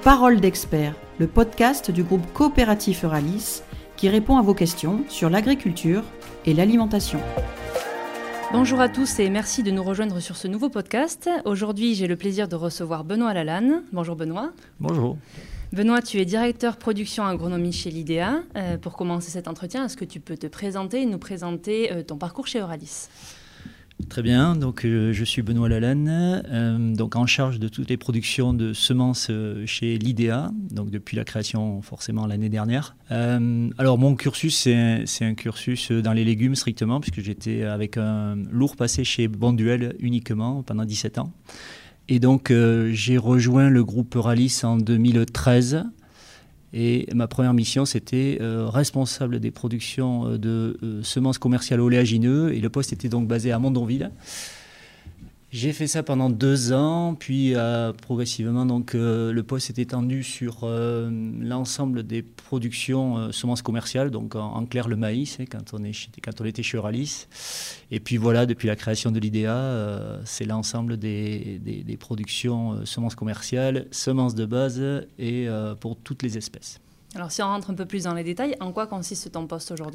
Parole d'expert, le podcast du groupe coopératif Euralis qui répond à vos questions sur l'agriculture et l'alimentation. Bonjour à tous et merci de nous rejoindre sur ce nouveau podcast. Aujourd'hui, j'ai le plaisir de recevoir Benoît Lalanne. Bonjour Benoît. Bonjour. Benoît, tu es directeur production agronomie chez l'IDEA. Pour commencer cet entretien, est-ce que tu peux te présenter et nous présenter ton parcours chez Euralis ? Très bien, donc je suis Benoît Lalanne, donc en charge de toutes les productions de semences chez l'IDEA, donc depuis la création forcément l'année dernière. Alors mon cursus, c'est un cursus dans les légumes strictement, puisque j'étais avec un lourd passé chez Bonduelle uniquement pendant 17 ans. Et donc j'ai rejoint le groupe Euralis en 2013. Et ma première mission, c'était responsable des productions de semences commerciales oléagineux. Et le poste était donc basé à Mondonville. J'ai fait ça pendant 2 ans, puis progressivement, donc, le poste s'est étendu sur l'ensemble des productions semences commerciales, donc en clair le maïs, quand on était chez Euralis. Et puis voilà, depuis la création de l'IDEA, c'est l'ensemble des productions semences commerciales, semences de base et pour toutes les espèces. Alors si on rentre un peu plus dans les détails, en quoi consiste ton poste aujourd'hui ?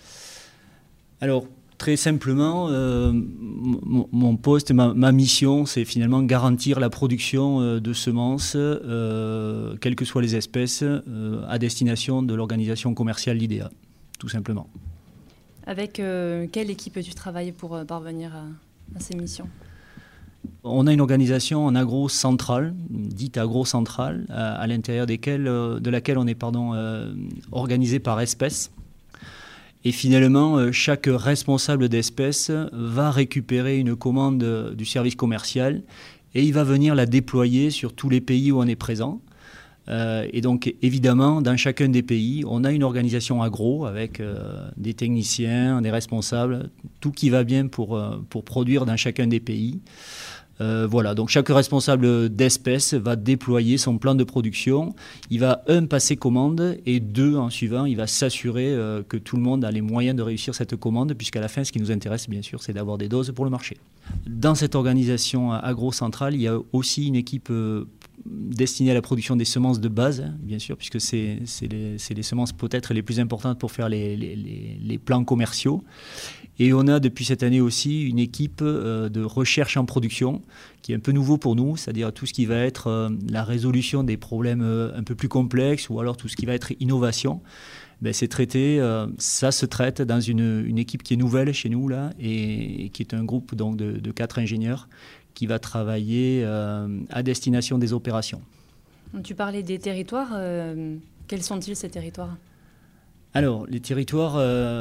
Alors, très simplement, mon poste, ma mission, c'est finalement garantir la production de semences, quelles que soient les espèces, à destination de l'organisation commerciale l'IDEA, tout simplement. Avec quelle équipe tu travailles pour parvenir à ces missions ? On a une organisation en agro-centrale, dite agro-centrale, à l'intérieur de laquelle on est organisé par espèce. Et finalement, chaque responsable d'espèce va récupérer une commande du service commercial et il va venir la déployer sur tous les pays où on est présent. Et donc, évidemment, dans chacun des pays, on a une organisation agro avec des techniciens, des responsables, tout qui va bien pour produire dans chacun des pays. Voilà, donc chaque responsable d'espèce va déployer son plan de production. Il va, passer commande et 2, en suivant, il va s'assurer que tout le monde a les moyens de réussir cette commande, puisqu'à la fin, ce qui nous intéresse, bien sûr, c'est d'avoir des doses pour le marché. Dans cette organisation agro-centrale, il y a aussi une équipe destinée à la production des semences de base, bien sûr, puisque c'est les semences peut-être les plus importantes pour faire les plans commerciaux. Et on a depuis cette année aussi une équipe de recherche en production qui est un peu nouveau pour nous, c'est-à-dire tout ce qui va être la résolution des problèmes un peu plus complexes ou alors tout ce qui va être innovation. C'est traité, ça se traite dans une équipe qui est nouvelle chez nous là, et qui est un groupe donc, de 4 ingénieurs qui va travailler à destination des opérations. Tu parlais des territoires, quels sont-ils ces territoires ? Alors, les territoires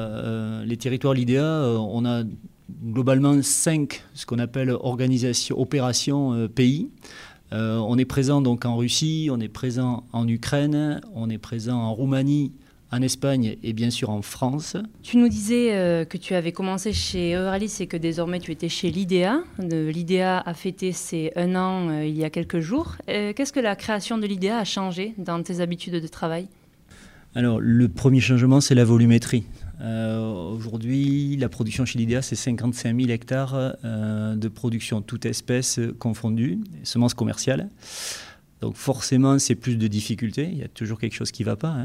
l'IDEA, on a globalement 5, ce qu'on appelle opérations pays. On est présent donc en Russie, on est présent en Ukraine, on est présent en Roumanie, en Espagne et bien sûr en France. Tu nous disais que tu avais commencé chez Euralis et que désormais tu étais chez l'IDEA. L'IDEA a fêté ses 1 an il y a quelques jours. Qu'est-ce que la création de l'IDEA a changé dans tes habitudes de travail ? Alors, le premier changement, c'est la volumétrie. Aujourd'hui, la production chez l'IDEA, c'est 55 000 hectares de production, toutes espèces confondues, semences commerciales. Donc forcément, c'est plus de difficultés. Il y a toujours quelque chose qui ne va pas.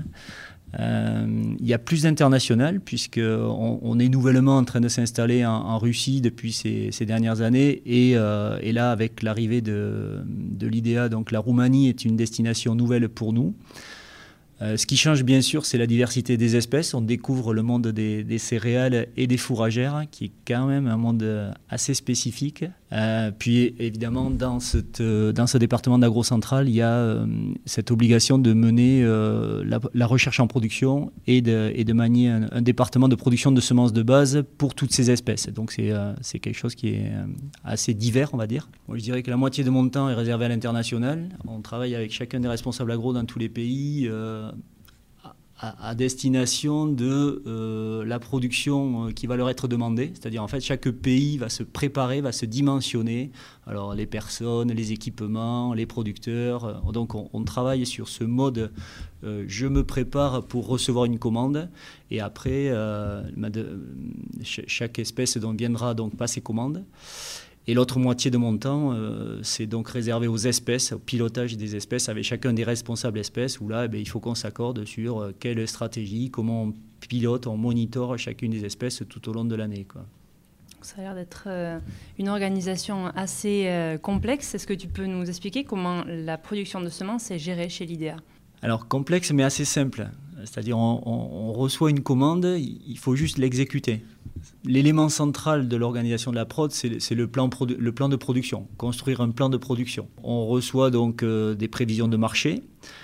Il y a plus d'international, puisqu'on est nouvellement en train de s'installer en Russie depuis ces dernières années. Et là, avec l'arrivée de l'IDEA, donc la Roumanie est une destination nouvelle pour nous. Ce qui change bien sûr, c'est la diversité des espèces. On découvre le monde des céréales et des fourragères, qui est quand même un monde assez spécifique. Puis évidemment, dans ce département d'agro-centrale, il y a cette obligation de mener la recherche en production et de manier un département de production de semences de base pour toutes ces espèces. Donc c'est quelque chose qui est assez divers, on va dire. Moi, je dirais que la moitié de mon temps est réservé à l'international. On travaille avec chacun des responsables agro dans tous les pays, à destination de la production qui va leur être demandée. C'est-à-dire, en fait, chaque pays va se préparer, va se dimensionner. Alors, les personnes, les équipements, les producteurs. Donc, on travaille sur ce mode je me prépare pour recevoir une commande. Et après, chaque espèce viendra donc passer commande. Et l'autre moitié de mon temps, c'est donc réservé aux espèces, au pilotage des espèces, avec chacun des responsables espèces, où là, il faut qu'on s'accorde sur quelle stratégie, comment on pilote, on monitore chacune des espèces tout au long de l'année, quoi. Ça a l'air d'être une organisation assez complexe. Est-ce que tu peux nous expliquer comment la production de semences est gérée chez l'IDEA ? Alors complexe mais assez simple, c'est-à-dire on reçoit une commande, il faut juste l'exécuter. L'élément central de l'organisation de la prod, c'est le plan de production, construire un plan de production. On reçoit donc des prévisions de marché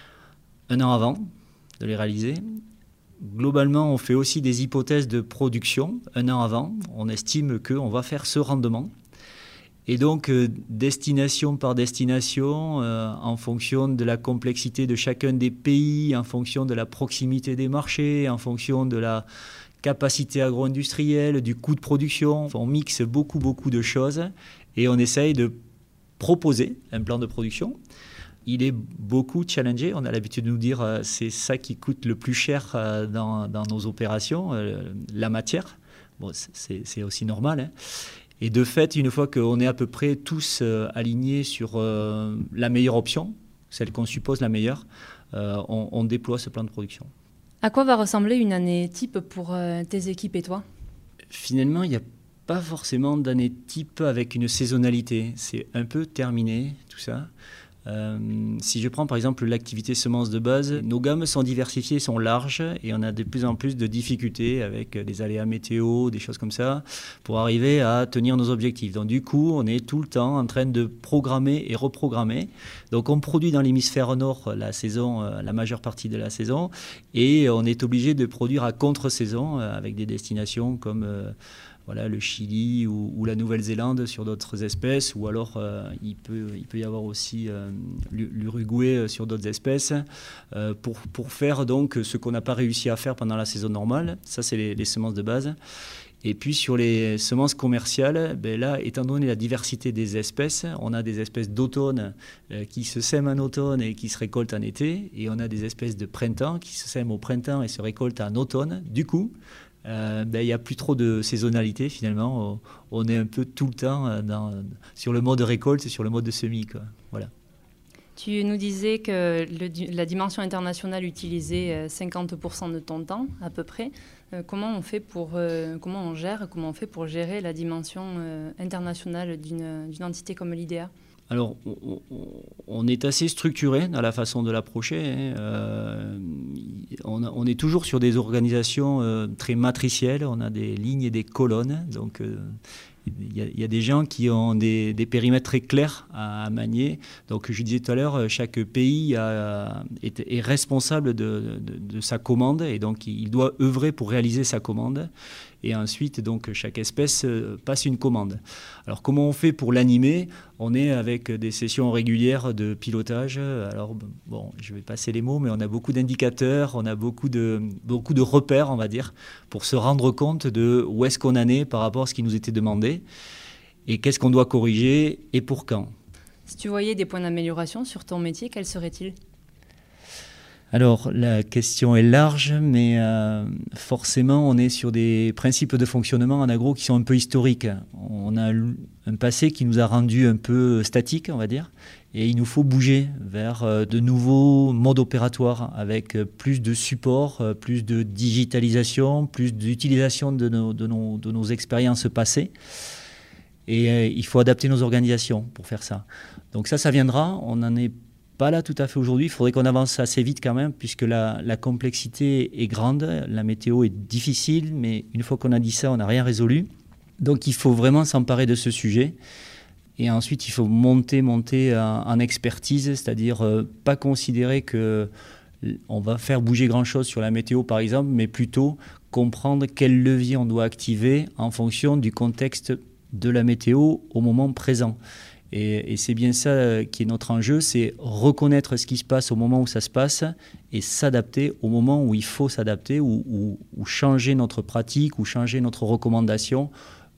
un an avant de les réaliser. Globalement, on fait aussi des hypothèses de production un an avant. On estime qu'on va faire ce rendement. Et donc, destination par destination, en fonction de la complexité de chacun des pays, en fonction de la proximité des marchés, en fonction de la capacité agro-industrielle, du coût de production. On mixe beaucoup de choses et on essaye de proposer un plan de production. Il est beaucoup challengé. On a l'habitude de nous dire c'est ça qui coûte le plus cher dans nos opérations, la matière. Bon, c'est aussi normal, hein. Et de fait, une fois qu'on est à peu près tous alignés sur la meilleure option, celle qu'on suppose la meilleure, on déploie ce plan de production. À quoi va ressembler une année type pour tes équipes et toi ? Finalement, il n'y a pas forcément d'année type avec une saisonnalité. C'est un peu terminé, tout ça. Si je prends par exemple l'activité semences de base, nos gammes sont diversifiées, sont larges et on a de plus en plus de difficultés avec des aléas météo, des choses comme ça, pour arriver à tenir nos objectifs. Donc du coup, on est tout le temps en train de programmer et reprogrammer. Donc on produit dans l'hémisphère nord la saison, la majeure partie de la saison, et on est obligé de produire à contre-saison avec des destinations comme le Chili ou la Nouvelle-Zélande sur d'autres espèces, ou alors il peut y avoir aussi l'Uruguay sur d'autres espèces, pour faire donc ce qu'on n'a pas réussi à faire pendant la saison normale. Ça, c'est les semences de base. Et puis sur les semences commerciales, là, étant donné la diversité des espèces, on a des espèces d'automne qui se sèment en automne et qui se récoltent en été, et on a des espèces de printemps qui se sèment au printemps et se récoltent en automne. Du coup, il n'y a plus trop de saisonnalité finalement. On est un peu tout le temps sur le mode récolte et sur le mode de semis, quoi. Voilà. Tu nous disais que la dimension internationale utilisait 50% de ton temps à peu près. Comment on fait pour gérer la dimension internationale d'une entité comme l'IDEA ? Alors, on est assez structuré dans la façon de l'approcher, hein. On est toujours sur des organisations très matricielles. On a des lignes et des colonnes. Donc, il y a des gens qui ont des périmètres très clairs à manier. Donc, je disais tout à l'heure, chaque pays est responsable de sa commande, et donc il doit œuvrer pour réaliser sa commande. Et ensuite, donc, chaque espèce passe une commande. Alors, comment on fait pour l'animer ? On est avec des sessions régulières de pilotage. Alors, bon, je vais passer les mots, mais on a beaucoup d'indicateurs, on a beaucoup de repères, on va dire, pour se rendre compte de où est-ce qu'on en est par rapport à ce qui nous était demandé et qu'est-ce qu'on doit corriger et pour quand. Si tu voyais des points d'amélioration sur ton métier, quels seraient-ils ? Alors, la question est large, mais forcément, on est sur des principes de fonctionnement en agro qui sont un peu historiques. On a un passé qui nous a rendu un peu statiques, on va dire, et il nous faut bouger vers de nouveaux modes opératoires avec plus de support, plus de digitalisation, plus d'utilisation de nos expériences passées. Et il faut adapter nos organisations pour faire ça. Donc ça viendra. On n'en est pas là tout à fait aujourd'hui. Il faudrait qu'on avance assez vite quand même, puisque la complexité est grande, la météo est difficile, mais une fois qu'on a dit ça, on n'a rien résolu. Donc il faut vraiment s'emparer de ce sujet. Et ensuite, il faut monter en expertise, c'est-à-dire pas considérer qu'on va faire bouger grand-chose sur la météo, par exemple, mais plutôt comprendre quel levier on doit activer en fonction du contexte de la météo au moment présent. Et c'est bien ça qui est notre enjeu, c'est reconnaître ce qui se passe au moment où ça se passe et s'adapter au moment où il faut s'adapter ou changer notre pratique ou changer notre recommandation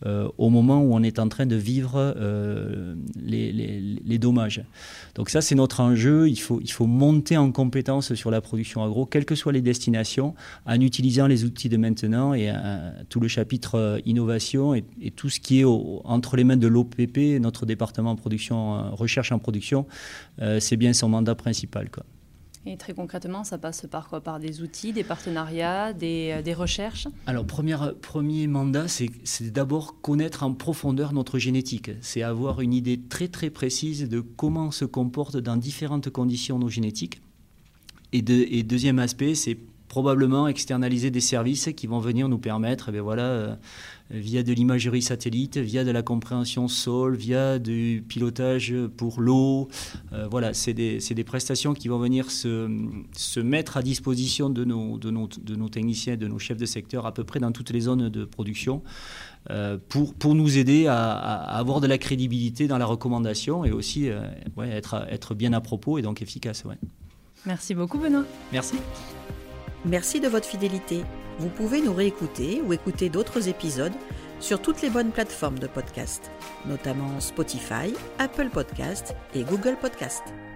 au moment où on est en train de vivre les dommages. Donc ça, c'est notre enjeu. Il faut monter en compétence sur la production agro, quelles que soient les destinations, en utilisant les outils de maintenant et tout le chapitre innovation et tout ce qui est entre les mains de l'OPP, notre département recherche en production, c'est bien son mandat principal, quoi. Et très concrètement, ça passe par quoi? Par des outils, des partenariats, des recherches? Alors, premier mandat, c'est d'abord connaître en profondeur notre génétique. C'est avoir une idée très très précise de comment se comportent dans différentes conditions nos génétiques. Et deuxième aspect, c'est probablement externaliser des services qui vont venir nous permettre, via de l'imagerie satellite, via de la compréhension sol, via du pilotage pour l'eau. C'est des prestations qui vont venir se mettre à disposition de nos techniciens, de nos chefs de secteur, à peu près dans toutes les zones de production, pour nous aider à avoir de la crédibilité dans la recommandation et aussi être bien à propos et donc efficace. Ouais. Merci beaucoup, Benoît. Merci. Merci de votre fidélité. Vous pouvez nous réécouter ou écouter d'autres épisodes sur toutes les bonnes plateformes de podcast, notamment Spotify, Apple Podcast et Google Podcast.